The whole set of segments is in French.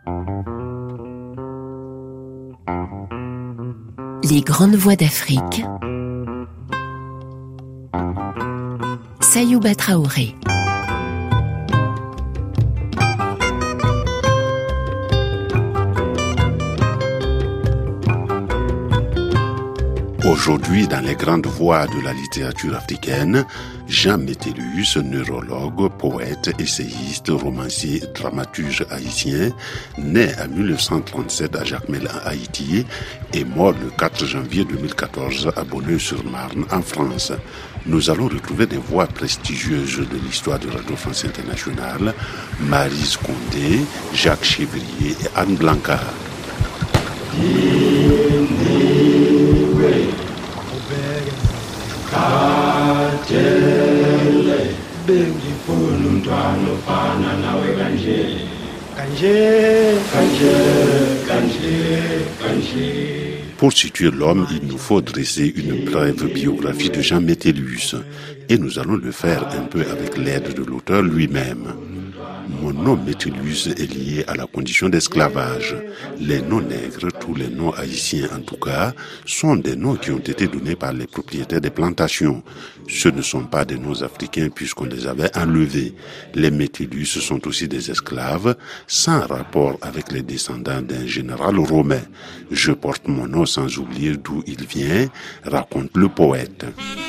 Les grandes voix d'Afrique. Sayouba Traoré. Aujourd'hui, dans les grandes voix de la littérature africaine, Jean Métellus, neurologue, poète, essayiste, romancier, dramaturge haïtien, né en 1937 à Jacmel en Haïti et mort le 4 janvier 2014 à Bonneuil-sur-Marne en France. Nous allons retrouver des voix prestigieuses de l'histoire de Radio France Internationale, Maryse Condé, Jacques Chevrier et Anne Blanca. Pour situer l'homme, il nous faut dresser une brève biographie de Jean Métellus, et nous allons le faire un peu avec l'aide de l'auteur lui-même. Mon nom Métellus est lié à la condition d'esclavage. Les noms nègres, tous les noms haïtiens en tout cas, sont des noms qui ont été donnés par les propriétaires des plantations. Ce ne sont pas des noms africains puisqu'on les avait enlevés. Les Métellus sont aussi des esclaves, sans rapport avec les descendants d'un général romain. Je porte mon nom sans oublier d'où il vient, raconte le poète.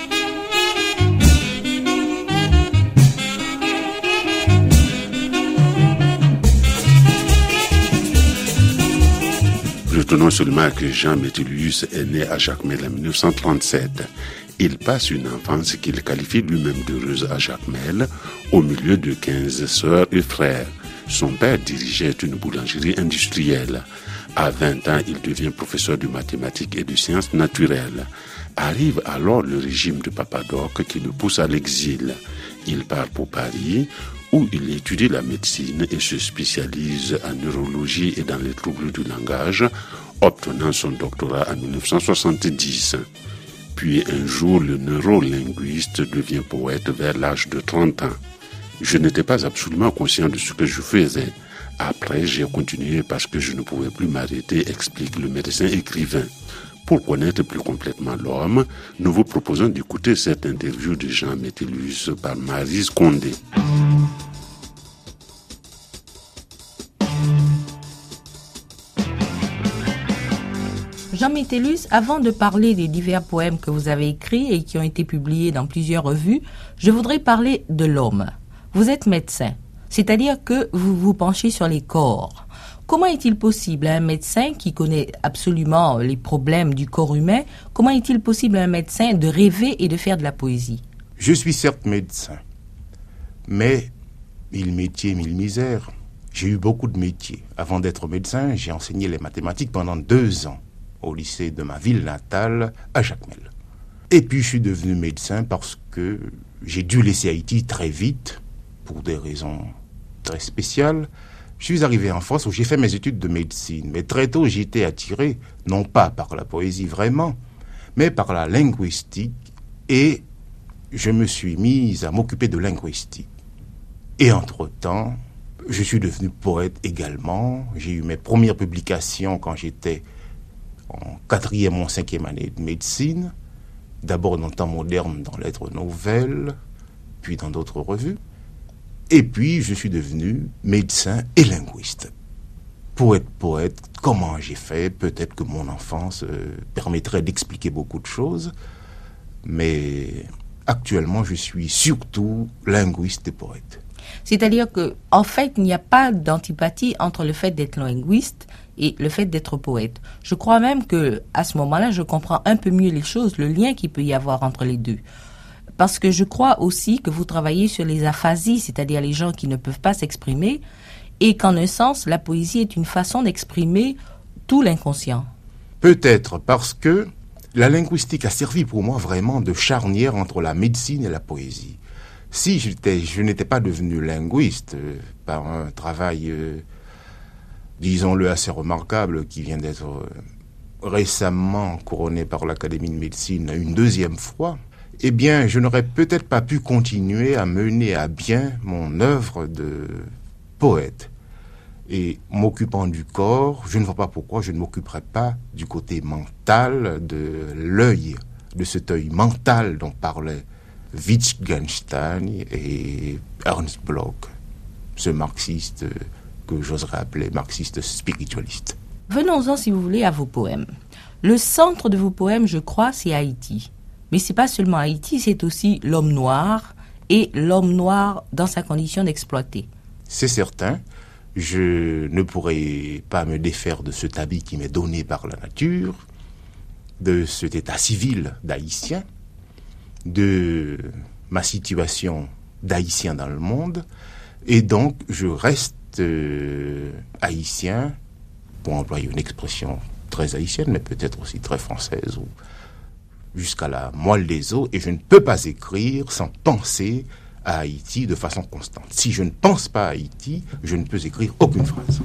Retenons seulement que Jean Métellus est né à Jacmel en 1937. Il passe une enfance qu'il qualifie lui-même d'heureuse à Jacmel, au milieu de 15 sœurs et frères. Son père dirigeait une boulangerie industrielle. À 20 ans, il devient professeur de mathématiques et de sciences naturelles. Arrive alors le régime de Papa-Doc qui le pousse à l'exil. Il part pour Paris, où il étudie la médecine et se spécialise en neurologie et dans les troubles du langage, obtenant son doctorat en 1970. Puis un jour, le neurolinguiste devient poète vers l'âge de 30 ans. Je n'étais pas absolument conscient de ce que je faisais. Après, j'ai continué parce que je ne pouvais plus m'arrêter, explique le médecin écrivain. Pour connaître plus complètement l'homme, nous vous proposons d'écouter cette interview de Jean Métellus par Maryse Condé. Jean Métellus, avant de parler des divers poèmes que vous avez écrits et qui ont été publiés dans plusieurs revues, je voudrais parler de l'homme. Vous êtes médecin, c'est-à-dire que vous vous penchez sur les corps. Comment est-il possible à un médecin qui connaît absolument les problèmes du corps humain, comment est-il possible à un médecin de rêver et de faire de la poésie? Je suis certes médecin, mais mille métiers, mille misères. J'ai eu beaucoup de métiers. Avant d'être médecin, j'ai enseigné les mathématiques pendant 2 ans au lycée de ma ville natale, à Jacmel. Et puis je suis devenu médecin parce que j'ai dû laisser Haïti très vite, pour des raisons très spéciales. Je suis arrivé en France où j'ai fait mes études de médecine, mais très tôt j'ai été attiré, non pas par la poésie vraiment, mais par la linguistique, et je me suis mis à m'occuper de linguistique. Et entre-temps, je suis devenu poète également. J'ai eu mes premières publications quand j'étais en 4e ou 5e année de médecine, d'abord dans le Temps moderne, dans Lettres nouvelles, puis dans d'autres revues. Et puis, je suis devenu médecin et linguiste. Pour être poète, comment j'ai fait? Peut-être que mon enfance permettrait d'expliquer beaucoup de choses, mais actuellement, je suis surtout linguiste et poète. C'est-à-dire que, en fait, il n'y a pas d'antipathie entre le fait d'être linguiste et le fait d'être poète. Je crois même que, à ce moment-là, je comprends un peu mieux les choses, le lien qu'il peut y avoir entre les deux. Parce que je crois aussi que vous travaillez sur les aphasies, c'est-à-dire les gens qui ne peuvent pas s'exprimer, et qu'en un sens, la poésie est une façon d'exprimer tout l'inconscient. Peut-être parce que la linguistique a servi pour moi vraiment de charnière entre la médecine et la poésie. Si je n'étais pas devenu linguiste par un travail, disons-le, assez remarquable, qui vient d'être récemment couronné par l'Académie de médecine une 2e fois, eh bien, je n'aurais peut-être pas pu continuer à mener à bien mon œuvre de poète. Et m'occupant du corps, je ne vois pas pourquoi je ne m'occuperai pas du côté mental, de l'œil, de cet œil mental dont parlaient Wittgenstein et Ernst Bloch, ce marxiste que j'oserais appeler marxiste spiritualiste. Venons-en, si vous voulez, à vos poèmes. Le centre de vos poèmes, je crois, c'est Haïti. Mais c'est pas seulement Haïti, c'est aussi l'homme noir et l'homme noir dans sa condition d'exploité. C'est certain, je ne pourrais pas me défaire de cet habit qui m'est donné par la nature, de cet état civil d'Haïtien, de ma situation d'Haïtien dans le monde, et donc je reste haïtien, pour employer une expression très haïtienne, mais peut-être aussi très française, ou jusqu'à la moelle des os, et je ne peux pas écrire sans penser à Haïti de façon constante. Si je ne pense pas à Haïti, je ne peux écrire aucune phrase.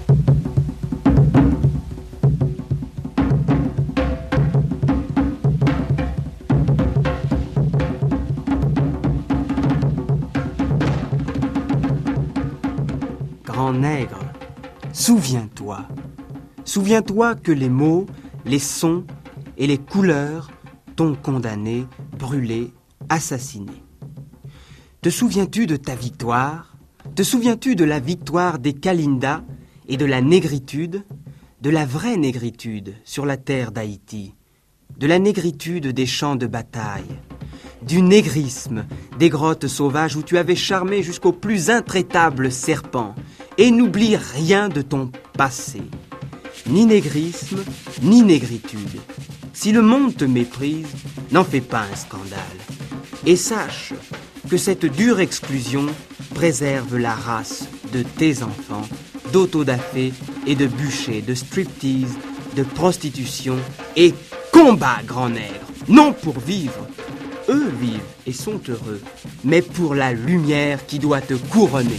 Grand nègre, souviens-toi. Souviens-toi que les mots, les sons et les couleurs t'ont condamné, brûlé, assassiné. Te souviens-tu de ta victoire? Te souviens-tu de la victoire des Kalinda et de la négritude, de la vraie négritude sur la terre d'Haïti, de la négritude des champs de bataille, du négrisme des grottes sauvages où tu avais charmé jusqu'aux plus intraitables serpents, et n'oublie rien de ton passé. Ni négrisme, ni négritude. Si le monde te méprise, n'en fais pas un scandale. Et sache que cette dure exclusion préserve la race de tes enfants, d'autodafé et de bûcher, de striptease, de prostitution et combat, grand nègre. Non pour vivre. Eux vivent et sont heureux, mais pour la lumière qui doit te couronner.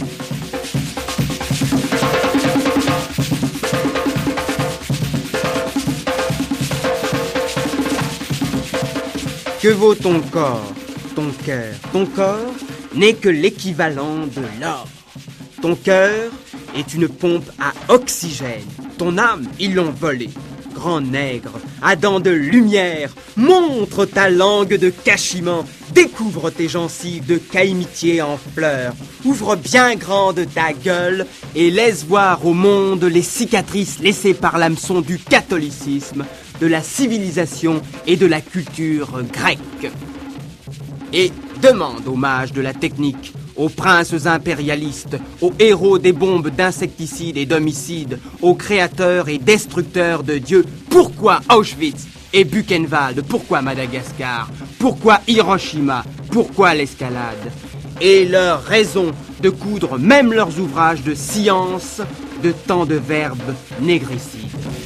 Que vaut ton corps, ton cœur? Ton corps n'est que l'équivalent de l'or. Ton cœur est une pompe à oxygène. Ton âme, ils l'ont volée. Grand nègre, à dents de lumière, montre ta langue de cachiment, découvre tes gencives de caïmitié en fleurs, ouvre bien grande ta gueule et laisse voir au monde les cicatrices laissées par l'hameçon du catholicisme, de la civilisation et de la culture grecque. Et demande aux mages de la technique, aux princes impérialistes, aux héros des bombes d'insecticides et d'homicides, aux créateurs et destructeurs de Dieu, pourquoi Auschwitz et Buchenwald, pourquoi Madagascar, pourquoi Hiroshima, pourquoi l'escalade, et leur raison de coudre même leurs ouvrages de science de tant de verbes négricides.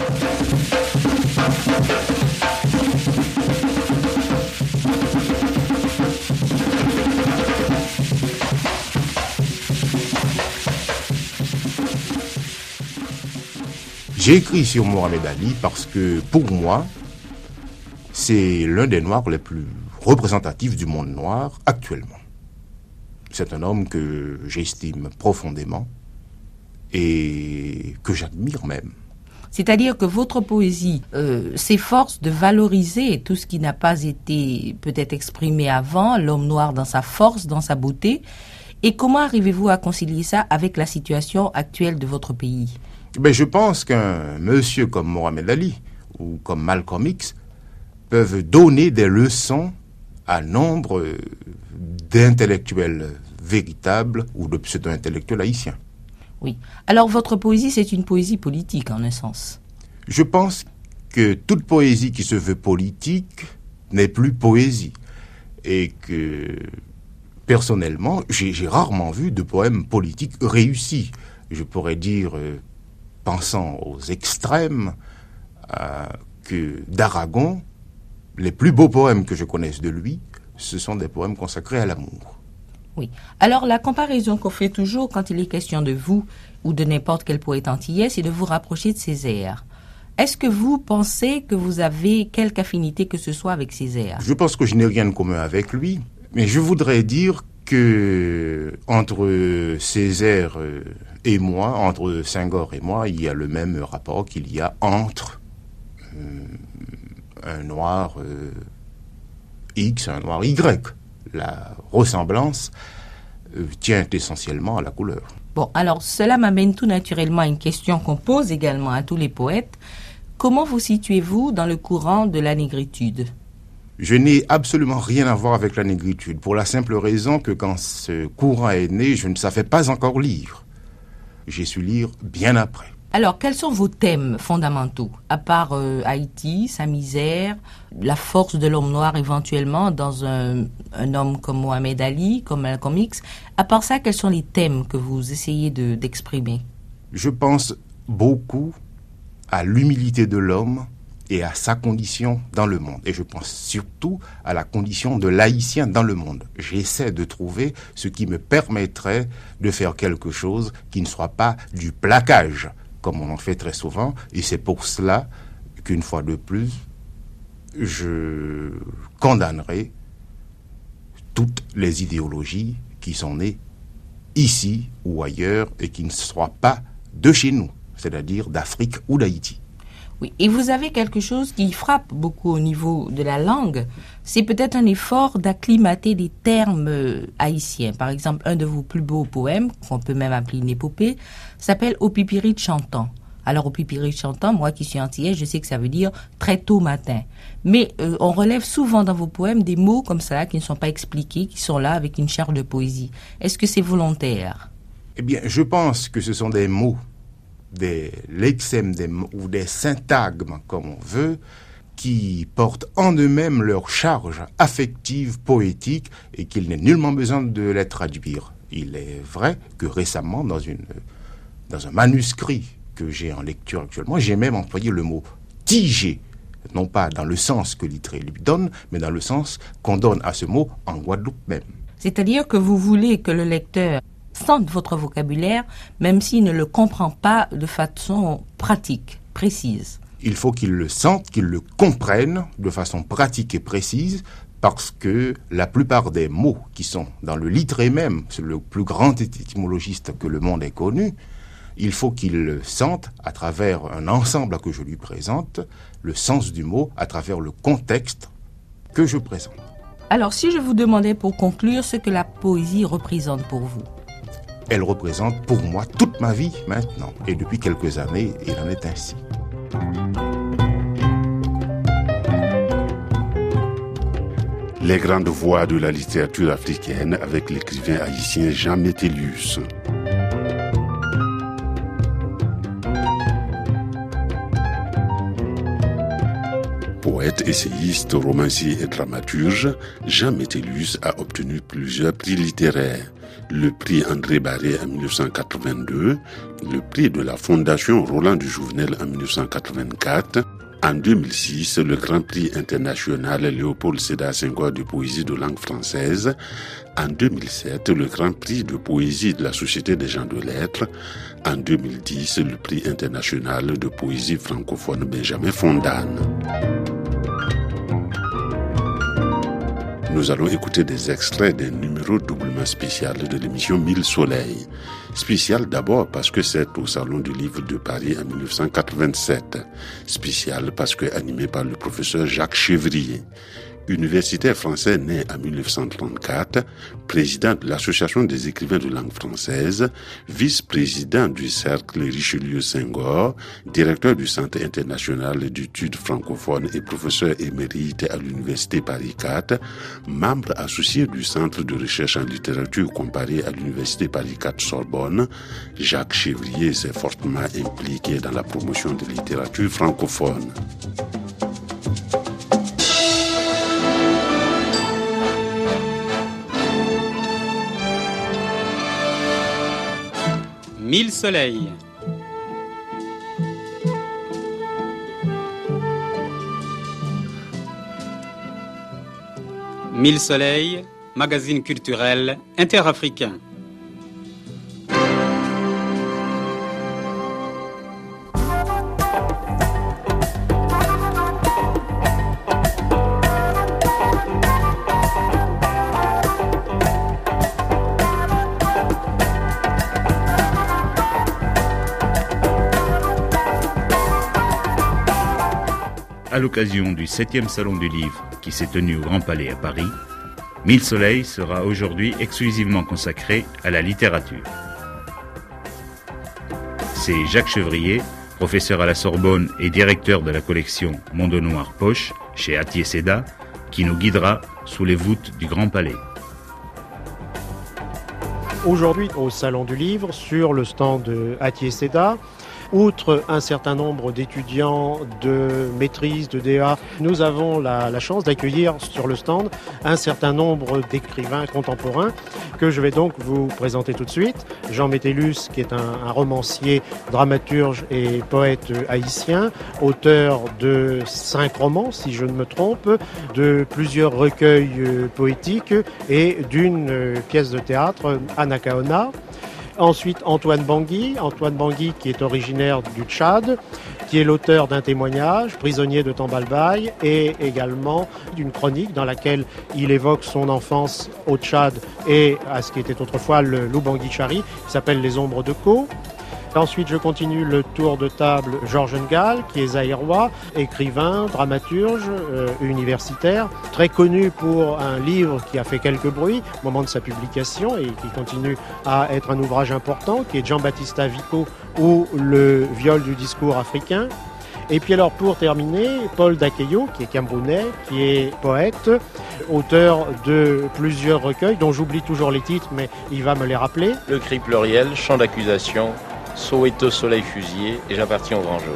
J'ai écrit sur Mohamed Ali parce que, pour moi, c'est l'un des Noirs les plus représentatifs du monde noir actuellement. C'est un homme que j'estime profondément et que j'admire même. C'est-à-dire que votre poésie s'efforce de valoriser tout ce qui n'a pas été peut-être exprimé avant, l'homme noir dans sa force, dans sa beauté. Et comment arrivez-vous à concilier ça avec la situation actuelle de votre pays ? Je pense qu'un monsieur comme Mohamed Ali ou comme Malcolm X peuvent donner des leçons à nombre d'intellectuels véritables ou de pseudo-intellectuels haïtiens. Oui. Alors votre poésie, c'est une poésie politique en un sens. Je pense que toute poésie qui se veut politique n'est plus poésie. Et que, personnellement, j'ai rarement vu de poèmes politiques réussis. Je pourrais dire, pensant aux extrêmes, que d'Aragon, les plus beaux poèmes que je connaisse de lui, ce sont des poèmes consacrés à l'amour. Oui. Alors, la comparaison qu'on fait toujours quand il est question de vous ou de n'importe quel poète antillais, c'est de vous rapprocher de Césaire. Est-ce que vous pensez que vous avez quelque affinité que ce soit avec Césaire ? Je pense que je n'ai rien de commun avec lui, mais je voudrais dire que entre Césaire et moi, entre Senghor et moi, il y a le même rapport qu'il y a entre un noir X, un noir Y. La ressemblance tient essentiellement à la couleur. Bon, alors cela m'amène tout naturellement à une question qu'on pose également à tous les poètes. Comment vous situez-vous dans le courant de la négritude ? Je n'ai absolument rien à voir avec la négritude, pour la simple raison que quand ce courant est né, je ne savais pas encore lire. J'ai su lire bien après. Alors, quels sont vos thèmes fondamentaux, à part Haïti, sa misère, la force de l'homme noir éventuellement dans un homme comme Mohamed Ali, comme Malcolm X? À part ça, quels sont les thèmes que vous essayez d'exprimer? Je pense beaucoup à l'humilité de l'homme et à sa condition dans le monde. Et je pense surtout à la condition de l'haïtien dans le monde. J'essaie de trouver ce qui me permettrait de faire quelque chose qui ne soit pas du plaquage, comme on en fait très souvent, et c'est pour cela qu'une fois de plus, je condamnerai toutes les idéologies qui sont nées ici ou ailleurs et qui ne soient pas de chez nous, c'est-à-dire d'Afrique ou d'Haïti. Oui, et vous avez quelque chose qui frappe beaucoup au niveau de la langue, c'est peut-être un effort d'acclimater des termes haïtiens. Par exemple, un de vos plus beaux poèmes, qu'on peut même appeler une épopée, s'appelle « Au pipiri de chantant ». Alors, au pipiri de chantant, moi qui suis antillais, je sais que ça veut dire « très tôt matin ». Mais on relève souvent dans vos poèmes des mots comme ça qui ne sont pas expliqués, qui sont là avec une charge de poésie. Est-ce que c'est volontaire ? Eh bien, je pense que ce sont des mots, des lexèmes ou des syntagmes, comme on veut, qui portent en eux-mêmes leur charge affective, poétique, et qu'il n'est nullement besoin de les traduire. Il est vrai que récemment, dans un manuscrit que j'ai en lecture actuellement, j'ai même employé le mot « tigé », non pas dans le sens que Littré lui donne, mais dans le sens qu'on donne à ce mot en Guadeloupe même. C'est-à-dire que vous voulez que le lecteur sente votre vocabulaire, même s'il ne le comprend pas de façon pratique, précise. Il faut qu'il le sente, qu'il le comprenne de façon pratique et précise, parce que la plupart des mots qui sont dans le Littré même, c'est le plus grand étymologiste que le monde ait connu, il faut qu'il le sente à travers un ensemble que je lui présente, le sens du mot à travers le contexte que je présente. Alors, si je vous demandais pour conclure ce que la poésie représente pour vous? Elle représente pour moi toute ma vie maintenant. Et depuis quelques années, il en est ainsi. Les grandes voix de la littérature africaine avec l'écrivain haïtien Jean Métellus. Poète, essayiste, romancier et dramaturge, Jean Métellus a obtenu plusieurs prix littéraires. Le prix André Barré en 1982, le prix de la Fondation Roland Dujouvenel en 1984, en 2006, le Grand Prix international Léopold Sédar Senghor de poésie de langue française, en 2007, le Grand Prix de poésie de la Société des gens de lettres, en 2010, le prix international de poésie francophone Benjamin Fondane. Nous allons écouter des extraits d'un numéro doublement spécial de l'émission 1000 Soleils. Spécial d'abord parce que c'est au Salon du Livre de Paris en 1987. Spécial parce que animé par le professeur Jacques Chevrier. Universitaire français né en 1934, président de l'Association des écrivains de langue française, vice-président du Cercle Richelieu-Senghor, directeur du Centre international d'études francophones et professeur émérite à l'Université Paris 4, membre associé du Centre de recherche en littérature comparée à l'Université Paris 4 Sorbonne, Jacques Chevrier s'est fortement impliqué dans la promotion de la littérature francophone. Mille soleils. Mille soleils, magazine culturel interafricain. à l'occasion du 7e Salon du Livre qui s'est tenu au Grand Palais à Paris, Mille Soleils sera aujourd'hui exclusivement consacré à la littérature. C'est Jacques Chevrier, professeur à la Sorbonne et directeur de la collection Monde Noir Poche chez Hatier Seda, qui nous guidera sous les voûtes du Grand Palais. Aujourd'hui, au Salon du Livre, sur le stand de Hatier Seda, outre un certain nombre d'étudiants de maîtrise, de DEA, nous avons la chance d'accueillir sur le stand un certain nombre d'écrivains contemporains que je vais donc vous présenter tout de suite. Jean Métellus, qui est un romancier, dramaturge et poète haïtien, auteur de 5 romans, si je ne me trompe, de plusieurs recueils poétiques et d'une pièce de théâtre, Anacaona. Ensuite, Antoine Bangui qui est originaire du Tchad, qui est l'auteur d'un témoignage, Prisonnier de Tambalbaye, et également d'une chronique dans laquelle il évoque son enfance au Tchad et à ce qui était autrefois le Lubangui-Chari, qui s'appelle Les Ombres de Caux. Ensuite, je continue le tour de table Georges Ngal, qui est zaïrois, écrivain, dramaturge, universitaire, très connu pour un livre qui a fait quelques bruits au moment de sa publication et qui continue à être un ouvrage important, qui est Jean-Baptiste Vico ou Le viol du discours africain. Et puis alors, pour terminer, Paul Dakeyo, qui est camerounais, qui est poète, auteur de plusieurs recueils, dont j'oublie toujours les titres, mais il va me les rappeler. Le cri pluriel, chant d'accusation, Soweto, soleil fusillé, et j'appartiens au grand jour.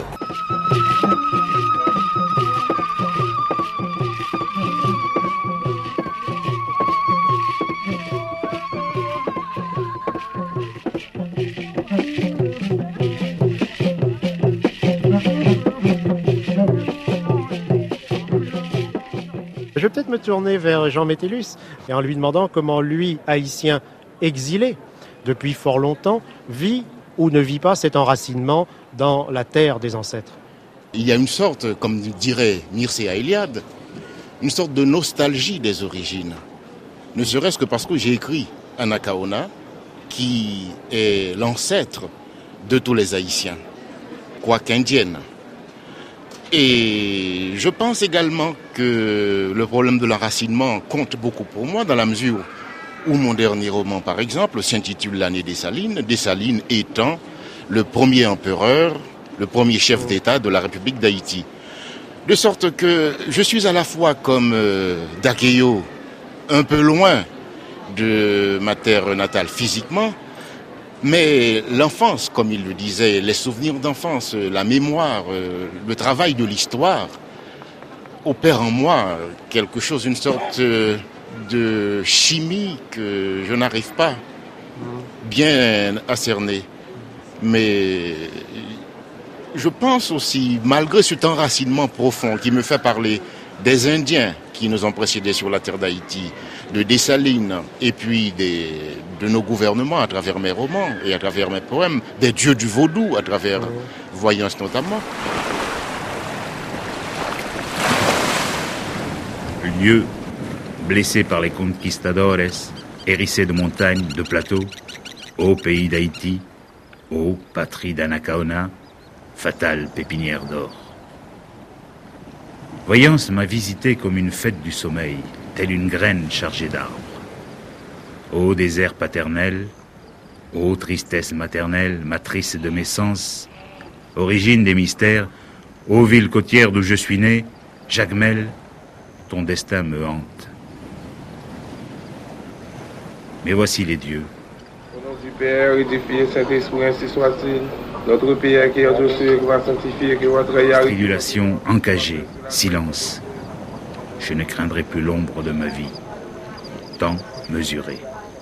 Je vais peut-être me tourner vers Jean Métellus et en lui demandant comment lui, haïtien exilé depuis fort longtemps, vit ou ne vit pas cet enracinement dans la terre des ancêtres. Il y a une sorte, comme dirait Mircea Eliade, une sorte de nostalgie des origines. Ne serait-ce que parce que j'ai écrit Anacaona, qui est l'ancêtre de tous les Haïtiens, quoique indienne. Et je pense également que le problème de l'enracinement compte beaucoup pour moi, dans la mesure où mon dernier roman, par exemple, s'intitule L'année Dessalines, Dessalines étant le premier empereur, le premier chef d'État de la République d'Haïti. De sorte que je suis à la fois comme Dakeyo, un peu loin de ma terre natale physiquement, mais l'enfance, comme il le disait, les souvenirs d'enfance, la mémoire, le travail de l'histoire, opère en moi quelque chose, une sorte de chimie que je n'arrive pas bien à cerner. Mais je pense aussi, malgré cet enracinement profond qui me fait parler des Indiens qui nous ont précédés sur la terre d'Haïti, de Dessalines, et puis de nos gouvernements à travers mes romans et à travers mes poèmes, des dieux du vaudou à travers Voyance notamment. Lieu blessé par les conquistadores, hérissé de montagnes, de plateaux, ô pays d'Haïti, ô patrie d'Anacaona, fatale pépinière d'or. Voyance m'a visité comme une fête du sommeil, telle une graine chargée d'arbres. Ô désert paternel, ô tristesse maternelle, matrice de mes sens, origine des mystères, ô ville côtière d'où je suis né, Jacmel, ton destin me hante. Mais voici les dieux. Au nom du Père et du Fils et Saint-Esprit, ainsi soit-il. Notre Père qui est aux cieux, qui va sanctifier, que votre règne arrive. Tribulation encagée, silence. Je ne craindrai plus l'ombre de ma vie. Temps mesuré.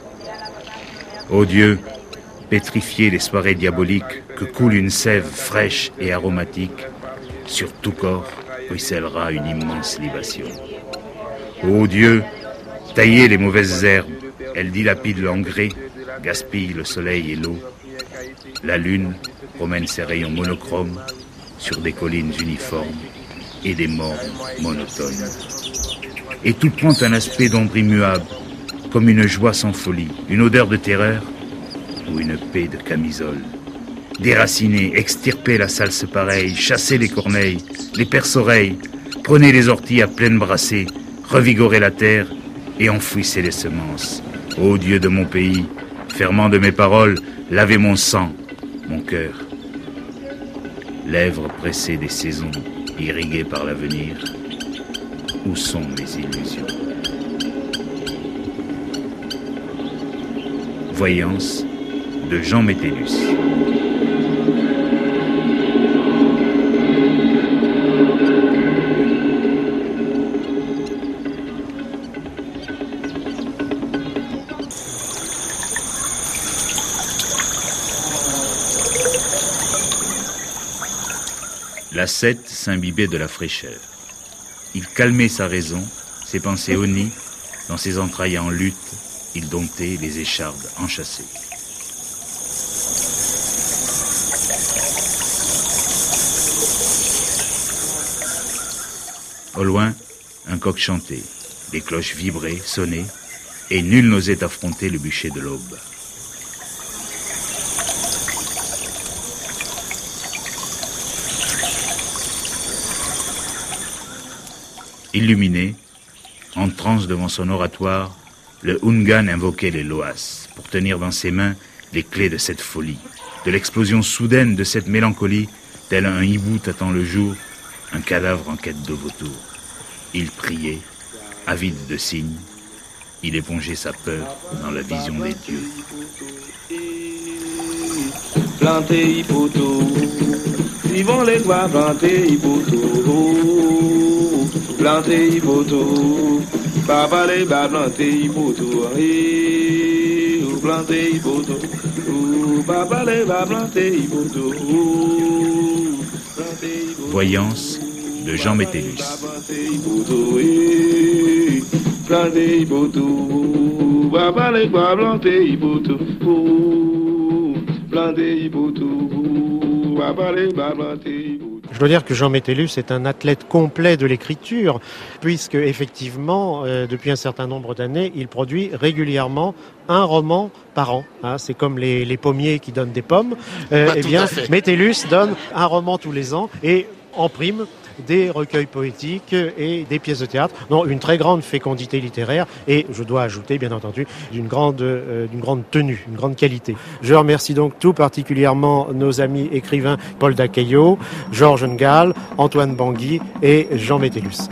Ô Dieu, pétrifiez les soirées diaboliques, que coule une sève fraîche et aromatique. Sur tout corps ruissellera une immense libation. Ô Dieu, taillez les mauvaises herbes, elles dilapident l'engrais, gaspillent le soleil et l'eau. La lune promène ses rayons monochromes sur des collines uniformes et des mornes monotones. Et tout prend un aspect d'ombre immuable, comme une joie sans folie, une odeur de terreur ou une paix de camisole. Déraciner, extirper la salse pareille, chasser les corneilles, les perce-oreilles, Prenez les orties à pleine brassée, revigorez la terre et enfouissez les semences. Ô Dieu de mon pays, ferment de mes paroles, lavez mon sang, mon cœur. Lèvres pressées des saisons, irriguées par l'avenir. Où sont mes illusions? Voyance de Jean Métellus. L'ascète s'imbibait de la fraîcheur. Il calmait sa raison, ses pensées honnies, dans ses entrailles en lutte, il domptait les échardes enchâssées. Au loin, un coq chantait, des cloches vibraient, sonnaient, et nul n'osait affronter le bûcher de l'aube. Illuminé, en transe devant son oratoire, le Hungan invoquait les Loas pour tenir dans ses mains les clés de cette folie, de l'explosion soudaine de cette mélancolie, tel un hibou attend le jour, un cadavre en quête de vautour. Il priait, avide de signes, il épongeait sa peur dans la vision des dieux. Planter hipoto, vivons les doigts, planter hipoto, planter hipoto, papa les bas, planter hipoto, planter hipoto, papa les bas, planter hipoto. Voyance de Jean Métellus. Planter hipoto, papa les bas, planter hipoto. Je dois dire que Jean Métellus est un athlète complet de l'écriture, puisque effectivement, depuis un certain nombre d'années, il produit régulièrement un roman par an. C'est comme les pommiers qui donnent des pommes. Eh bien, Métellus donne un roman tous les ans et en prime des recueils poétiques et des pièces de théâtre. Non, une très grande fécondité littéraire et, je dois ajouter, bien entendu, d'une grande tenue, une grande qualité. Je remercie donc tout particulièrement nos amis écrivains Paul Dacaillot, Georges Ngall, Antoine Bangui et Jean Métellus.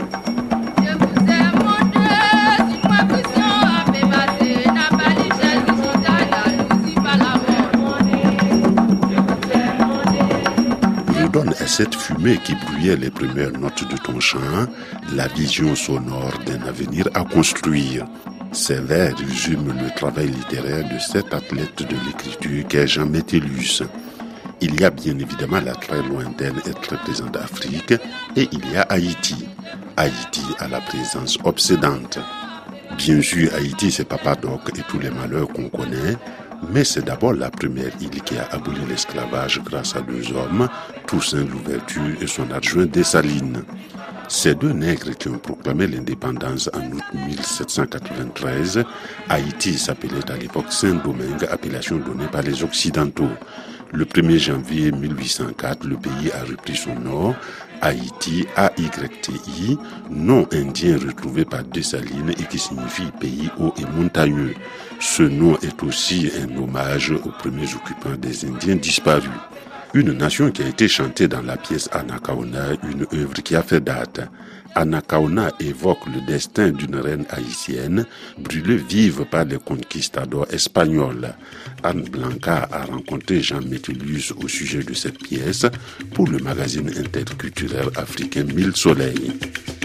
Donne à cette fumée qui brouillait les premières notes de ton chant la vision sonore d'un avenir à construire. Ces vers résument le travail littéraire de cet athlète de l'écriture qu'est Jean Métellus. Il y a bien évidemment la très lointaine et très présente Afrique et il y a Haïti. Haïti a la présence obsédante. Bien sûr, Haïti, c'est Papa Doc et tous les malheurs qu'on connaît, mais c'est d'abord la première île qui a aboli l'esclavage grâce à deux hommes, Toussaint Louverture et son adjoint Dessalines. Ces deux nègres qui ont proclamé l'indépendance en août 1793, Haïti s'appelait à l'époque Saint-Domingue, appellation donnée par les Occidentaux. Le 1er janvier 1804, le pays a repris son nom, Haïti, A-Y-T-I, nom indien retrouvé par Dessalines et qui signifie pays haut et montagneux. Ce nom est aussi un hommage aux premiers occupants des Indiens disparus. Une nation qui a été chantée dans la pièce Anacaona, une œuvre qui a fait date. Anacaona évoque le destin d'une reine haïtienne brûlée vive par les conquistadors espagnols. Anne Blanca a rencontré Jean Métellus au sujet de cette pièce pour le magazine interculturel africain Mille Soleils.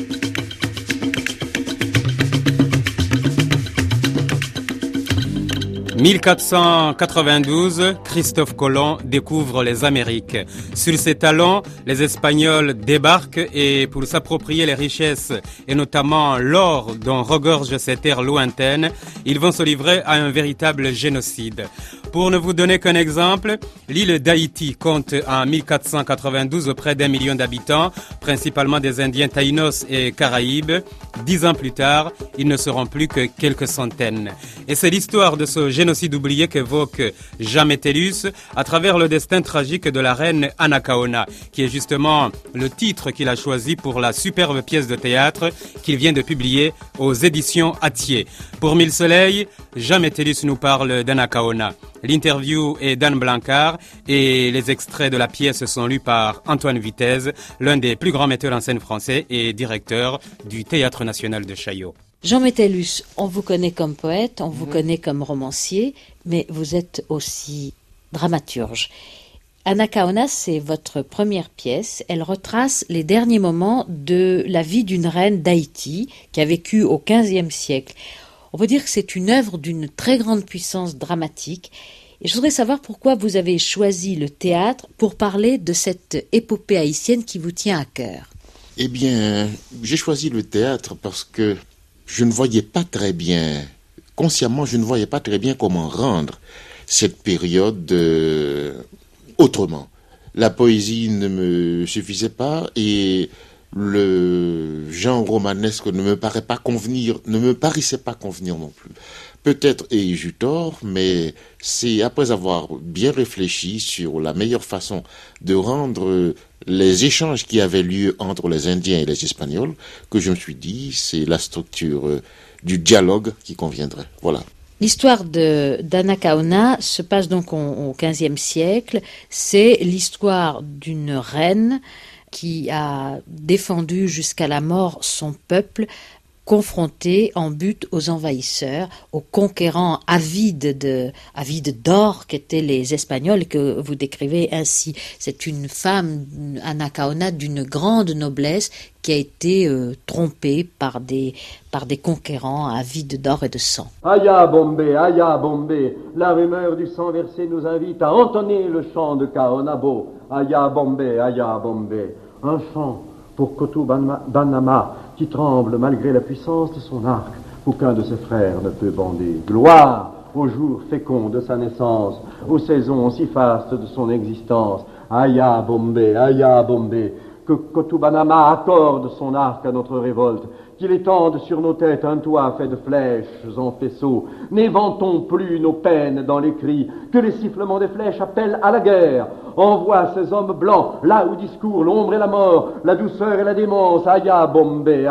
« 1492, Christophe Colomb découvre les Amériques. Sur ses talons, les Espagnols débarquent et pour s'approprier les richesses et notamment l'or dont regorgent ces terres lointaines, ils vont se livrer à un véritable génocide. Pour ne vous donner qu'un exemple, l'île d'Haïti compte en 1492 près d'1 million d'habitants, principalement des Indiens Taïnos et Caraïbes. 10 ans plus tard, ils ne seront plus que quelques centaines. Et c'est l'histoire de ce génocide oublié qu'évoque Jean Metellus à travers le destin tragique de la reine Anacaona, qui est justement le titre qu'il a choisi pour la superbe pièce de théâtre qu'il vient de publier aux éditions Hatier. Pour Mille Soleils, Jean Metellus nous parle d'Anacaona. L'interview est d'Anne Blancard et les extraits de la pièce sont lus par Antoine Vitesse, l'un des plus grands metteurs en scène français et directeur du Théâtre national de Chaillot. Jean Metellus, on vous connaît comme poète, on vous connaît comme romancier, mais vous êtes aussi dramaturge. Anacaona, c'est votre première pièce. Elle retrace les derniers moments de la vie d'une reine d'Haïti qui a vécu au XVe siècle. On peut dire que c'est une œuvre d'une très grande puissance dramatique. Et je voudrais savoir pourquoi vous avez choisi le théâtre pour parler de cette épopée haïtienne qui vous tient à cœur. Eh bien, j'ai choisi le théâtre parce que je ne voyais pas très bien, consciemment, je ne voyais pas très bien comment rendre cette période autrement. La poésie ne me suffisait pas et le genre romanesque ne me paraissait pas convenir non plus. Peut-être ai-je eu tort, mais c'est après avoir bien réfléchi sur la meilleure façon de rendre les échanges qui avaient lieu entre les Indiens et les Espagnols que je me suis dit, c'est la structure du dialogue qui conviendrait. Voilà. L'histoire d'Anacaona se passe donc au XVe siècle. C'est l'histoire d'une reine qui a défendu jusqu'à la mort son peuple, confronté en but aux envahisseurs, aux conquérants avides d'or qu'étaient les Espagnols, que vous décrivez ainsi. C'est une femme, Anacaona, d'une grande noblesse qui a été trompée par des conquérants avides d'or et de sang. Aya Bombay, la rumeur du sang versé nous invite à entonner le chant de Kaonabo. Aya Bombay, un chant pour Kotu Banama, qui tremble malgré la puissance de son arc, qu'aucun de ses frères ne peut bander. Gloire au jour fécond de sa naissance, aux saisons si fastes de son existence. Aya Bombay, que Kotubanama accorde son arc à notre révolte, qu'il étende sur nos têtes un toit fait de flèches en faisceaux. N'éventons plus nos peines dans les cris, que les sifflements des flèches appellent à la guerre. Envoie ces hommes blancs, là où discourt l'ombre et la mort, la douceur et la démence. Aya Bombay,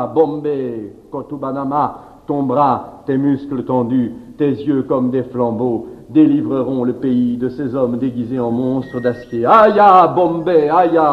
Kotubanama, ton bras, tes muscles tendus, tes yeux comme des flambeaux, délivreront le pays de ces hommes déguisés en monstres d'acier. Aya Bombay.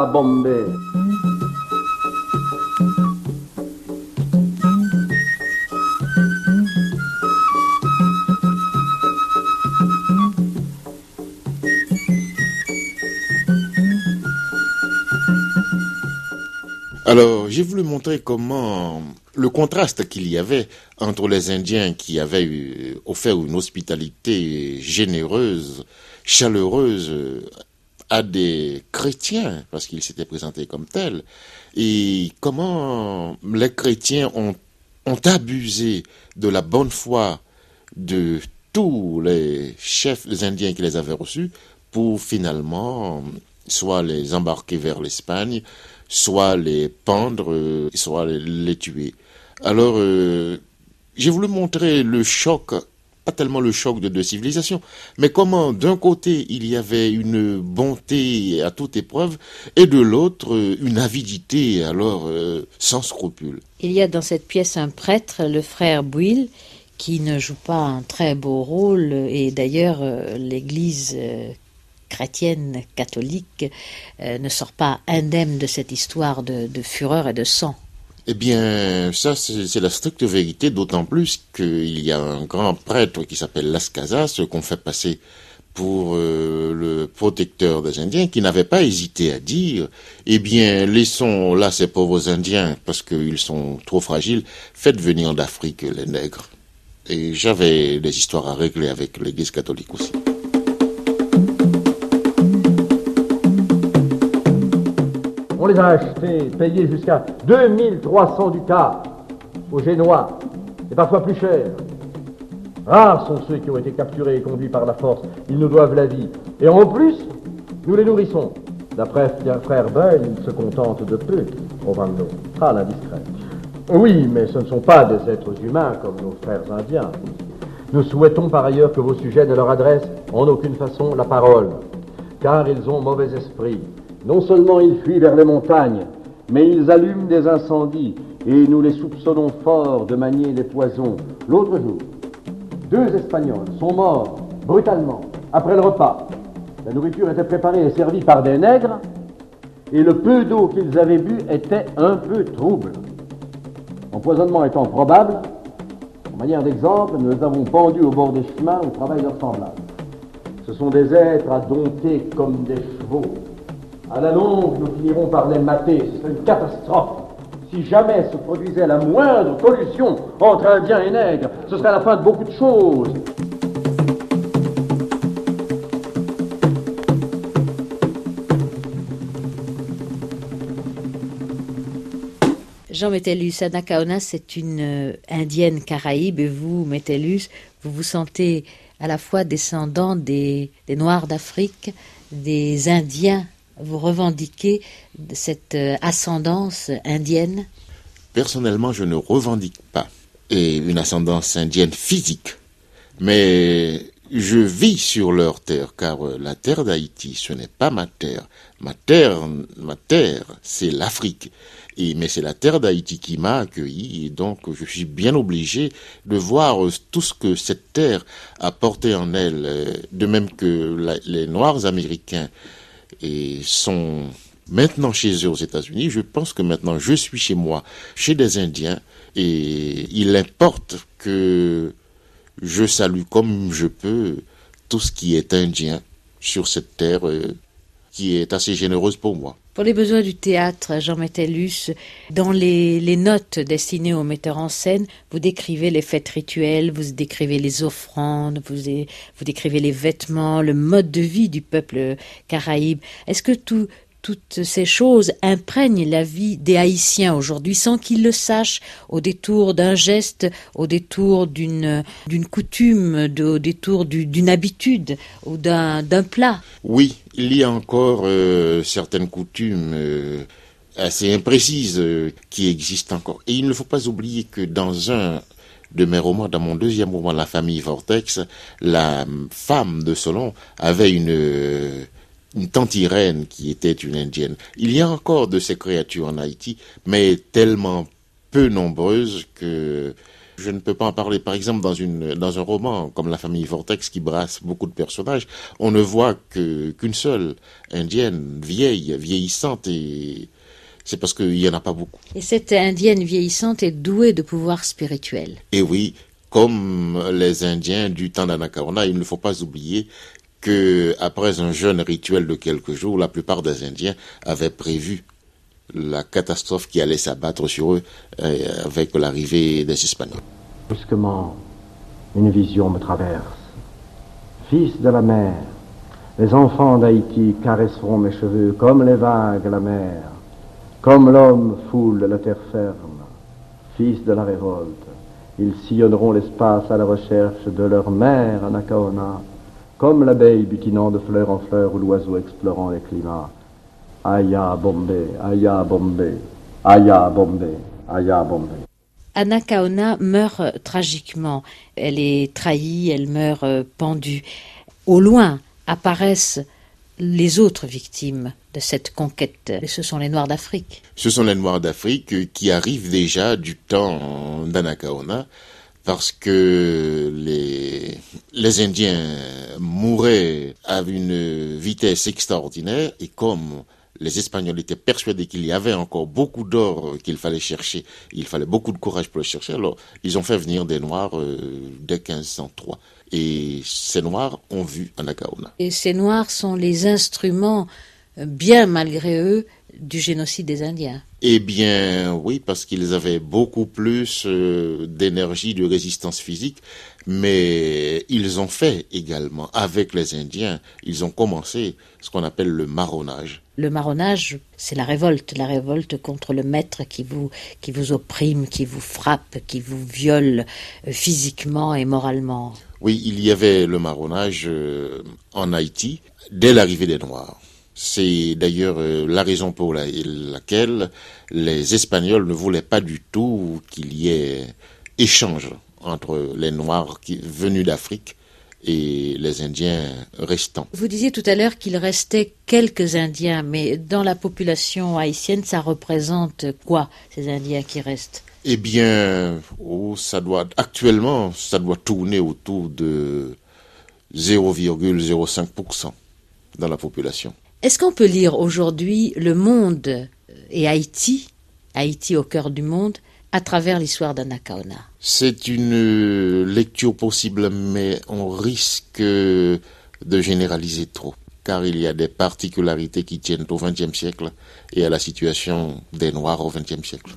Alors, j'ai voulu montrer comment le contraste qu'il y avait entre les Indiens qui avaient offert une hospitalité généreuse, chaleureuse à des chrétiens, parce qu'ils s'étaient présentés comme tels, et comment les chrétiens ont abusé de la bonne foi de tous les chefs indiens qui les avaient reçus pour finalement soit les embarquer vers l'Espagne, soit les pendre, soit les tuer. Alors, j'ai voulu montrer le choc, pas tellement le choc de deux civilisations, mais comment d'un côté il y avait une bonté à toute épreuve, et de l'autre une avidité alors sans scrupule. Il y a dans cette pièce un prêtre, le frère Bouil, qui ne joue pas un très beau rôle, et d'ailleurs l'Église chrétienne, catholique, ne sort pas indemne de cette histoire de fureur et de sang. Eh bien, ça, c'est la stricte vérité, d'autant plus qu'il y a un grand prêtre qui s'appelle Las Casas, qu'on fait passer pour le protecteur des Indiens, qui n'avait pas hésité à dire, eh bien, laissons là ces pauvres Indiens, parce qu'ils sont trop fragiles, faites venir d'Afrique les nègres. Et j'avais des histoires à régler avec l'Église catholique aussi. On les a achetés, payés jusqu'à 2300 ducats aux Génois, et parfois plus cher. Rares sont ceux qui ont été capturés et conduits par la force. Ils nous doivent la vie. Et en plus, nous les nourrissons. D'après frère Bell, ils se contentent de peu, Ovando. Ah, l'indiscret. Oui, mais ce ne sont pas des êtres humains comme nos frères indiens. Nous souhaitons par ailleurs que vos sujets ne leur adressent en aucune façon la parole, car ils ont mauvais esprit. Non seulement ils fuient vers les montagnes, mais ils allument des incendies, et nous les soupçonnons fort de manier des poisons. L'autre jour, 2 Espagnols sont morts brutalement après le repas. La nourriture était préparée et servie par des nègres, et le peu d'eau qu'ils avaient bu était un peu trouble. L'empoisonnement étant probable, en manière d'exemple, nous les avons pendus au bord des chemins au travail de leur semblable. Ce sont des êtres à dompter comme des chevaux. À la longue, nous finirons par les mater. Ce serait une catastrophe. Si jamais se produisait la moindre collusion entre Indiens et nègres, ce serait la fin de beaucoup de choses. Jean Metellus, Anacaona, c'est une indienne caraïbe et vous, Metellus, vous vous sentez à la fois descendant des Noirs d'Afrique, des Indiens. Vous revendiquez cette ascendance indienne? Personnellement, je ne revendique pas une ascendance indienne physique, mais je vis sur leur terre, car la terre d'Haïti, ce n'est pas ma terre. Ma terre, c'est l'Afrique. Mais c'est la terre d'Haïti qui m'a accueilli, et donc je suis bien obligé de voir tout ce que cette terre a porté en elle, de même que les Noirs américains sont maintenant chez eux aux États-Unis. Je pense que maintenant je suis chez moi, chez des Indiens, et il importe que je salue comme je peux tout ce qui est indien sur cette terre qui est assez généreuse pour moi. Pour les besoins du théâtre, Jean Metellus, dans les notes destinées aux metteurs en scène, vous décrivez les fêtes rituelles, vous décrivez les offrandes, vous décrivez les vêtements, le mode de vie du peuple caraïbe. Est-ce que toutes ces choses imprègnent la vie des Haïtiens aujourd'hui sans qu'ils le sachent, au détour d'un geste, au détour d'une coutume, au détour d'une habitude ou d'un plat? Oui, il y a encore certaines coutumes assez imprécises qui existent encore. Et il ne faut pas oublier que dans un de mes romans, dans mon 2e roman, La famille Vortex, la femme de Solon avait une tante Irène qui était une indienne. Il y a encore de ces créatures en Haïti, mais tellement peu nombreuses que je ne peux pas en parler. Par exemple, dans un roman comme La famille Vortex qui brasse beaucoup de personnages, on ne voit qu'une seule indienne, vieillissante, et c'est parce qu'il n'y en a pas beaucoup. Et cette indienne vieillissante est douée de pouvoirs spirituels. Et oui, comme les Indiens du temps d'Anacaona, il ne faut pas oublier qu'après un jeûne rituel de quelques jours, la plupart des Indiens avaient prévu la catastrophe qui allait s'abattre sur eux avec l'arrivée des Espagnols. Brusquement, une vision me traverse. Fils de la mer, les enfants d'Haïti caresseront mes cheveux comme les vagues la mer, comme l'homme foule la terre ferme. Fils de la révolte, ils sillonneront l'espace à la recherche de leur mère Anacaona, comme l'abeille butinant de fleur en fleur ou l'oiseau explorant les climats. Aya Bombay, Aya Bombay, Aya Bombay, Aya Bombay. Anacaona meurt tragiquement. Elle est trahie, elle meurt pendue. Au loin apparaissent les autres victimes de cette conquête. Et ce sont les Noirs d'Afrique. Ce sont les Noirs d'Afrique qui arrivent déjà du temps d'Anacaona, parce que les Indiens mouraient à une vitesse extraordinaire, et comme les Espagnols étaient persuadés qu'il y avait encore beaucoup d'or qu'il fallait chercher, il fallait beaucoup de courage pour le chercher, alors ils ont fait venir des Noirs dès 1503. Et ces Noirs ont vu Anacaona. Et ces Noirs sont les instruments, bien malgré eux, du génocide des Indiens. Eh bien, oui, parce qu'ils avaient beaucoup plus d'énergie, de résistance physique, mais ils ont fait également, avec les Indiens, ils ont commencé ce qu'on appelle le marronnage. Le marronnage, c'est la révolte contre le maître qui vous opprime, qui vous frappe, qui vous viole physiquement et moralement. Oui, il y avait le marronnage en Haïti dès l'arrivée des Noirs. C'est d'ailleurs la raison pour laquelle les Espagnols ne voulaient pas du tout qu'il y ait échange entre les Noirs venus d'Afrique et les Indiens restants. Vous disiez tout à l'heure qu'il restait quelques Indiens, mais dans la population haïtienne, ça représente quoi, ces Indiens qui restent ? Eh bien, actuellement, ça doit tourner autour de 0,05% dans la population. Est-ce qu'on peut lire aujourd'hui Le Monde et Haïti au cœur du monde, à travers l'histoire d'Anna-Kaona? C'est une lecture possible, mais on risque de généraliser trop, car il y a des particularités qui tiennent au XXe siècle et à la situation des Noirs au XXe siècle.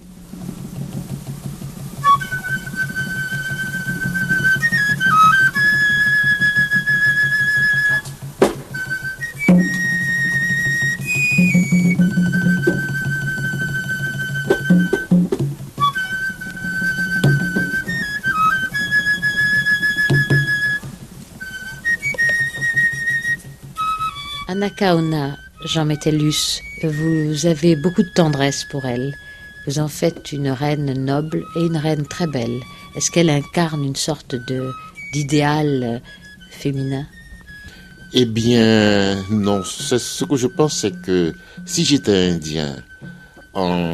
Anna-Kaona, Jean Metellus, vous avez beaucoup de tendresse pour elle. Vous en faites une reine noble et une reine très belle. Est-ce qu'elle incarne une sorte d'idéal féminin? Eh bien, non. Ce que je pense, c'est que si j'étais indien en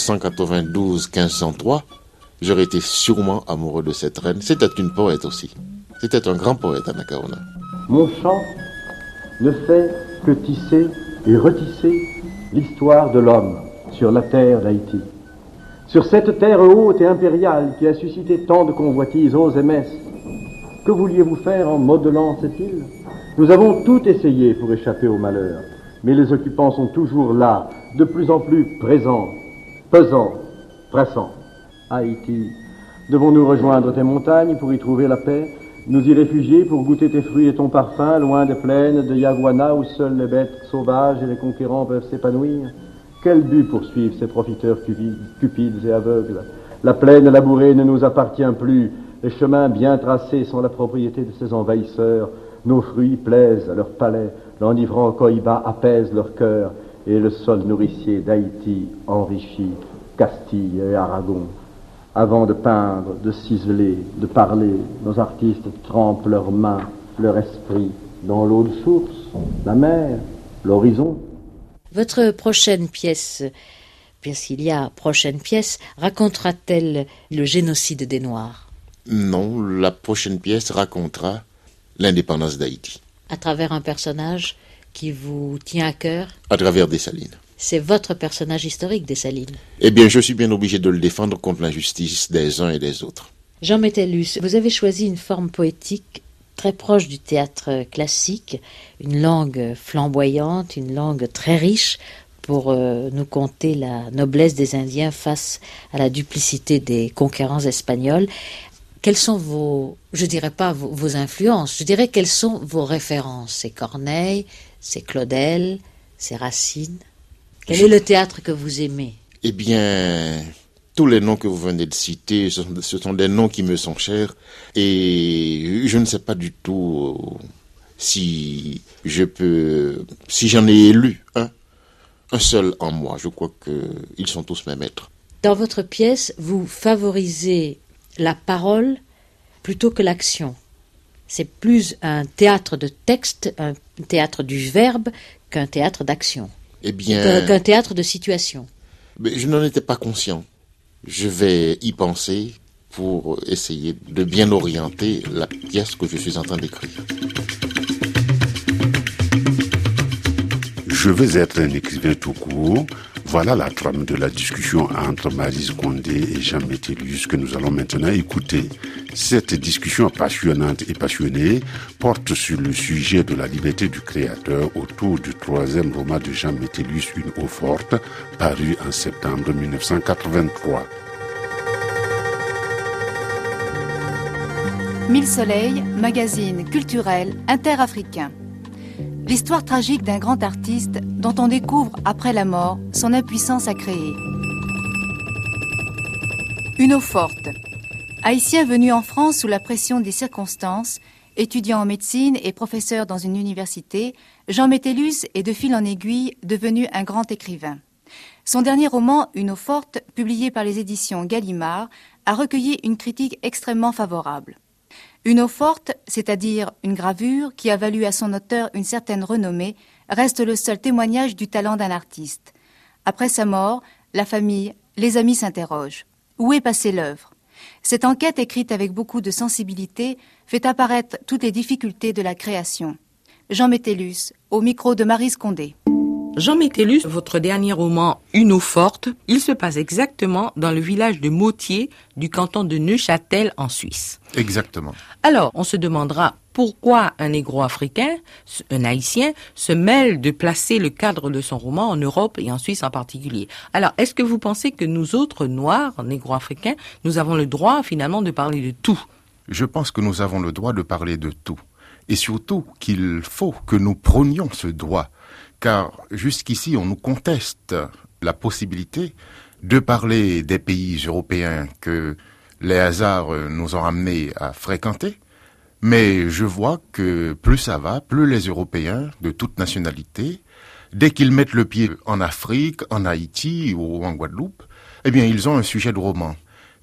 1492-1503, j'aurais été sûrement amoureux de cette reine. C'était une poète aussi. C'était un grand poète, Anna-Kaona. Mon chant ne fait que tisser et retisser l'histoire de l'homme sur la terre d'Haïti. Sur cette terre haute et impériale qui a suscité tant de convoitises, os et messes. Que vouliez-vous faire en modelant cette île? Nous avons tout essayé pour échapper au malheur, mais les occupants sont toujours là, de plus en plus présents, pesants, pressants. Haïti, devons-nous rejoindre tes montagnes pour y trouver la paix? Nous y réfugier pour goûter tes fruits et ton parfum, loin des plaines de Yaguana où seules les bêtes sauvages et les conquérants peuvent s'épanouir? Quel but poursuivent ces profiteurs cupides et aveugles? La plaine labourée ne nous appartient plus. Les chemins bien tracés sont la propriété de ces envahisseurs. Nos fruits plaisent à leur palais, l'enivrant cohiba apaise leur cœur, et le sol nourricier d'Haïti enrichit Castille et Aragon. Avant de peindre, de ciseler, de parler, nos artistes trempent leurs mains, leur esprit dans l'eau de source, la mer, l'horizon. Votre prochaine pièce, puisqu'il y a prochaine pièce, racontera-t-elle le génocide des Noirs? Non, la prochaine pièce racontera l'indépendance d'Haïti. À travers un personnage qui vous tient à cœur? À travers Dessalines. C'est votre personnage historique, Dessalines. Eh bien, je suis bien obligé de le défendre contre l'injustice des uns et des autres. Jean Metellus, vous avez choisi une forme poétique très proche du théâtre classique, une langue flamboyante, une langue très riche pour nous conter la noblesse des Indiens face à la duplicité des conquérants espagnols. Quelles sont je dirais pas vos influences, je dirais quelles sont vos références? C'est Corneille, c'est Claudel, c'est Racine. Quel est le théâtre que vous aimez? Eh bien, tous les noms que vous venez de citer, ce sont des noms qui me sont chers et je ne sais pas du tout si j'en ai élu un seul en moi. Je crois qu'ils sont tous mes maîtres. Dans votre pièce, vous favorisez la parole plutôt que l'action. C'est plus un théâtre de texte, un théâtre du verbe qu'un théâtre d'action. Eh bien, qu'un théâtre de situation. Mais je n'en étais pas conscient. Je vais y penser pour essayer de bien orienter la pièce que je suis en train d'écrire. Je veux être un écrivain tout court. Voilà la trame de la discussion entre Maryse Condé et Jean Metellus que nous allons maintenant écouter. Cette discussion passionnante et passionnée porte sur le sujet de la liberté du créateur autour du 3e roman de Jean Metellus, Une eau forte, paru en septembre 1983. Mille soleils, magazine culturel interafricain. L'histoire tragique d'un grand artiste dont on découvre après la mort son impuissance à créer. Une eau forte. Haïtien venu en France sous la pression des circonstances, étudiant en médecine et professeur dans une université, Jean Metellus est de fil en aiguille devenu un grand écrivain. Son dernier roman, Une eau forte, publié par les éditions Gallimard, a recueilli une critique extrêmement favorable. Une eau forte, c'est-à-dire une gravure qui a valu à son auteur une certaine renommée, reste le seul témoignage du talent d'un artiste. Après sa mort, la famille, les amis s'interrogent. Où est passée l'œuvre ? Cette enquête, écrite avec beaucoup de sensibilité, fait apparaître toutes les difficultés de la création. Jean Metellus, au micro de Maryse Condé. Jean Metellus, votre dernier roman, Une eau forte, il se passe exactement dans le village de Motier du canton de Neuchâtel en Suisse. Exactement. Alors, on se demandera pourquoi un négro-africain, un haïtien, se mêle de placer le cadre de son roman en Europe et en Suisse en particulier. Alors, est-ce que vous pensez que nous autres noirs, négro-africains, nous avons le droit finalement de parler de tout ? Je pense que nous avons le droit de parler de tout. Et surtout qu'il faut que nous prenions ce droit. Car jusqu'ici, on nous conteste la possibilité de parler des pays européens que les hasards nous ont amenés à fréquenter. Mais je vois que plus ça va, plus les Européens de toute nationalité, dès qu'ils mettent le pied en Afrique, en Haïti ou en Guadeloupe, eh bien, ils ont un sujet de roman.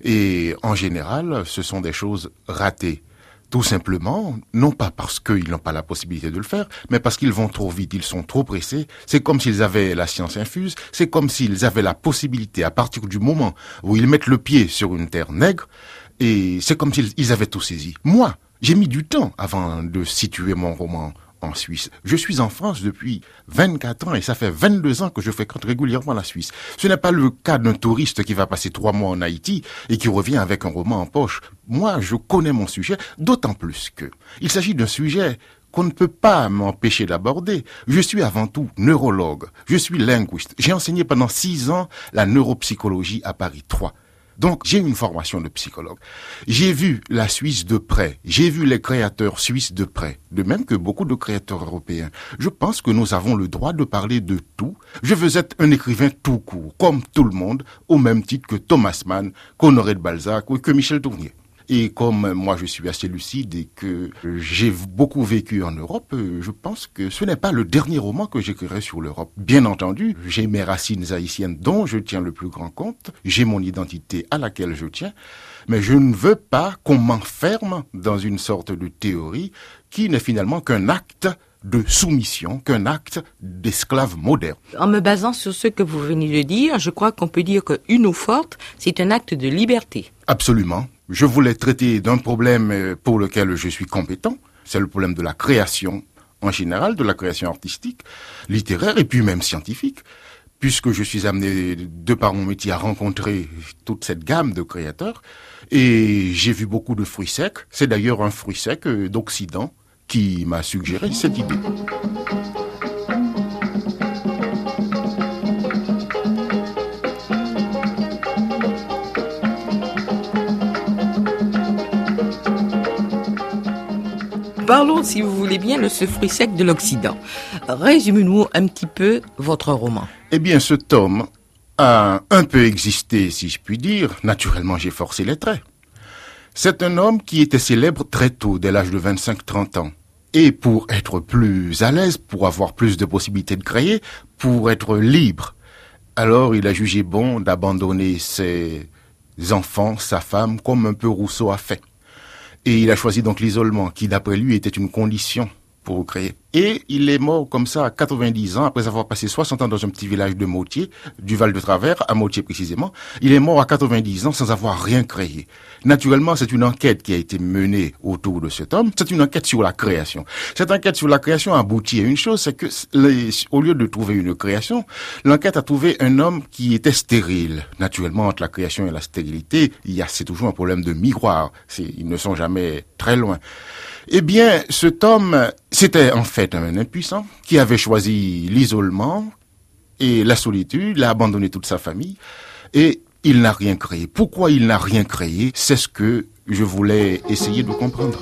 Et en général, ce sont des choses ratées. Tout simplement, non pas parce qu'ils n'ont pas la possibilité de le faire, mais parce qu'ils vont trop vite, ils sont trop pressés. C'est comme s'ils avaient la science infuse, c'est comme s'ils avaient la possibilité, à partir du moment où ils mettent le pied sur une terre nègre, et c'est comme s'ils avaient tout saisi. Moi, j'ai mis du temps avant de situer mon roman en Suisse. Je suis en France depuis 24 ans et ça fait 22 ans que je fréquente régulièrement la Suisse. Ce n'est pas le cas d'un touriste qui va passer 3 mois en Haïti et qui revient avec un roman en poche. Moi, je connais mon sujet, d'autant plus que il s'agit d'un sujet qu'on ne peut pas m'empêcher d'aborder. Je suis avant tout neurologue, je suis linguiste. J'ai enseigné pendant 6 ans la neuropsychologie à Paris 3. Donc, j'ai une formation de psychologue. J'ai vu la Suisse de près. J'ai vu les créateurs suisses de près. De même que beaucoup de créateurs européens. Je pense que nous avons le droit de parler de tout. Je veux être un écrivain tout court, comme tout le monde, au même titre que Thomas Mann, qu'Honoré de Balzac ou que Michel Tournier. Et comme moi je suis assez lucide et que j'ai beaucoup vécu en Europe, je pense que ce n'est pas le dernier roman que j'écrirai sur l'Europe. Bien entendu, j'ai mes racines haïtiennes dont je tiens le plus grand compte, j'ai mon identité à laquelle je tiens, mais je ne veux pas qu'on m'enferme dans une sorte de théorie qui n'est finalement qu'un acte de soumission, qu'un acte d'esclave moderne. En me basant sur ce que vous venez de dire, je crois qu'on peut dire qu'Une eau forte, c'est un acte de liberté. Absolument. Je voulais traiter d'un problème pour lequel je suis compétent, c'est le problème de la création en général, de la création artistique, littéraire et puis même scientifique, puisque je suis amené de par mon métier à rencontrer toute cette gamme de créateurs, et j'ai vu beaucoup de fruits secs. C'est d'ailleurs un fruit sec d'Occident qui m'a suggéré cette idée. Parlons, si vous voulez bien, de ce fruit sec de l'Occident. Résumez-nous un petit peu votre roman. Eh bien, ce tome a un peu existé, si je puis dire. Naturellement, j'ai forcé les traits. C'est un homme qui était célèbre très tôt, dès l'âge de 25-30 ans. Et pour être plus à l'aise, pour avoir plus de possibilités de créer, pour être libre, alors il a jugé bon d'abandonner ses enfants, sa femme, comme un peu Rousseau a fait. Et il a choisi donc l'isolement, qui d'après lui était une condition pour créer. Et il est mort comme ça à 90 ans, après avoir passé 60 ans dans un petit village de Motier, du Val de Travers, à Motier précisément. Il est mort à 90 ans sans avoir rien créé. Naturellement, c'est une enquête qui a été menée autour de cet homme. C'est une enquête sur la création. Cette enquête sur la création aboutit à une chose, c'est que au lieu de trouver une création, l'enquête a trouvé un homme qui était stérile. Naturellement, entre la création et la stérilité, c'est toujours un problème de miroir. Ils ne sont jamais très loin. Eh bien, cet homme, c'était en fait un impuissant qui avait choisi l'isolement et la solitude, il a abandonné toute sa famille et il n'a rien créé. Pourquoi il n'a rien créé? C'est ce que je voulais essayer de comprendre.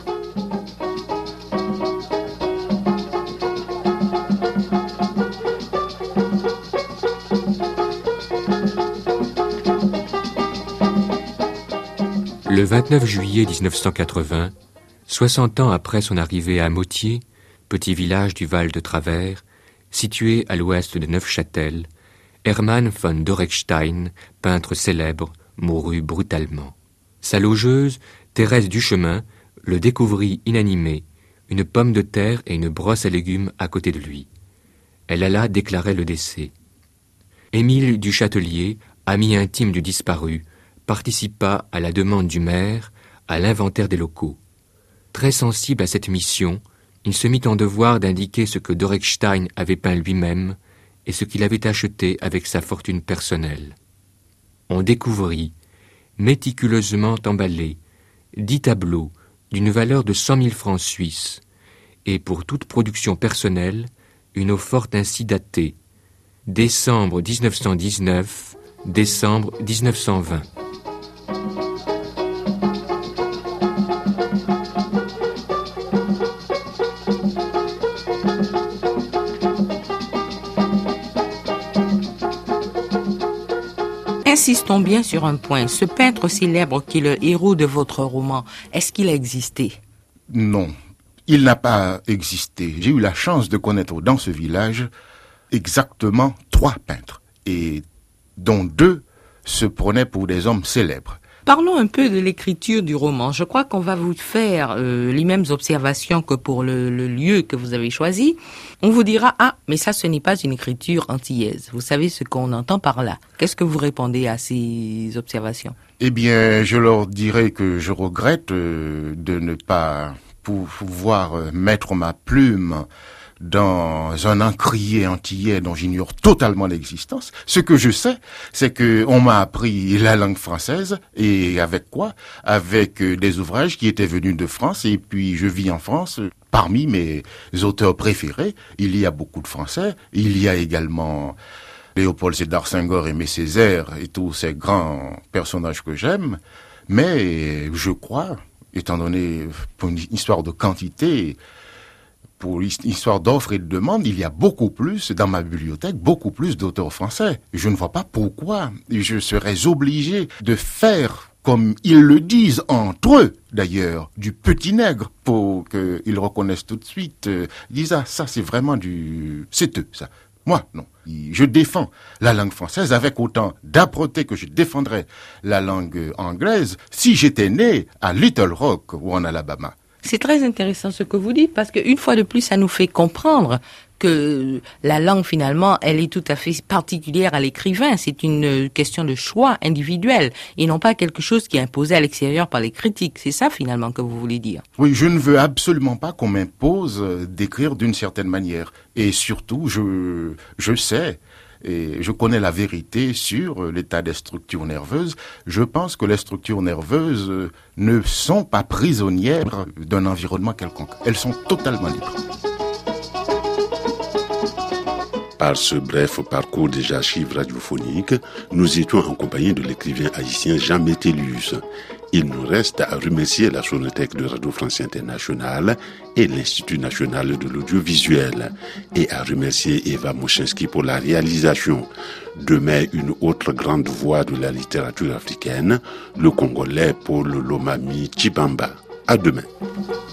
Le 29 juillet 1980, 60 ans après son arrivée à Motier, petit village du Val de Travers, situé à l'ouest de Neufchâtel, Hermann von Doreckstein, peintre célèbre, mourut brutalement. Sa logeuse, Thérèse Duchemin, le découvrit inanimé, une pomme de terre et une brosse à légumes à côté de lui. Elle alla déclarer le décès. Émile Duchâtelier, ami intime du disparu, participa à la demande du maire à l'inventaire des locaux. Très sensible à cette mission, il se mit en devoir d'indiquer ce que Doreckstein avait peint lui-même et ce qu'il avait acheté avec sa fortune personnelle. On découvrit, méticuleusement emballés, 10 tableaux d'une valeur de 100 000 francs suisses et pour toute production personnelle, une eau-forte ainsi datée, décembre 1919, décembre 1920. Insistons bien sur un point. Ce peintre célèbre qui est le héros de votre roman, est-ce qu'il a existé? Non, il n'a pas existé. J'ai eu la chance de connaître dans ce village exactement 3 peintres, et dont 2 se prenaient pour des hommes célèbres. Parlons un peu de l'écriture du roman. Je crois qu'on va vous faire les mêmes observations que pour le lieu que vous avez choisi. On vous dira, mais ça, ce n'est pas une écriture antillaise. Vous savez ce qu'on entend par là. Qu'est-ce que vous répondez à ces observations? Eh bien, je leur dirai que je regrette de ne pas pouvoir mettre ma plume dans un encrier antillais dont j'ignore totalement l'existence. Ce que je sais, c'est que on m'a appris la langue française, et avec quoi? Avec des ouvrages qui étaient venus de France, et puis je vis en France. Parmi mes auteurs préférés, il y a beaucoup de Français. Il y a également Léopold Sédar Senghor, Aimé Césaire et tous ces grands personnages que j'aime. Mais je crois, étant donné pour une histoire de quantité, pour l'histoire d'offres et de demandes, il y a beaucoup plus, dans ma bibliothèque, beaucoup plus d'auteurs français. Je ne vois pas pourquoi je serais obligé de faire, comme ils le disent entre eux d'ailleurs, du petit nègre, pour qu'ils reconnaissent tout de suite. Ils disent, ça c'est vraiment c'est eux, ça. Moi, non. Je défends la langue française avec autant d'âpreté que je défendrais la langue anglaise si j'étais né à Little Rock ou en Alabama. C'est très intéressant ce que vous dites, parce qu'une fois de plus, ça nous fait comprendre que la langue, finalement, elle est tout à fait particulière à l'écrivain. C'est une question de choix individuel, et non pas quelque chose qui est imposé à l'extérieur par les critiques. C'est ça, finalement, que vous voulez dire? Oui, je ne veux absolument pas qu'on m'impose d'écrire d'une certaine manière. Et surtout, je sais, et je connais la vérité sur l'état des structures nerveuses. Je pense que les structures nerveuses ne sont pas prisonnières d'un environnement quelconque. Elles sont totalement libres. Par ce bref parcours des archives radiophoniques, nous étions en compagnie de l'écrivain haïtien Jean Métellus. Il nous reste à remercier la Sonothèque de Radio France Internationale et l'Institut national de l'audiovisuel, et à remercier Eva Mochinski pour la réalisation. Demain, une autre grande voix de la littérature africaine, le Congolais Paul Lomami Tshibamba. À demain.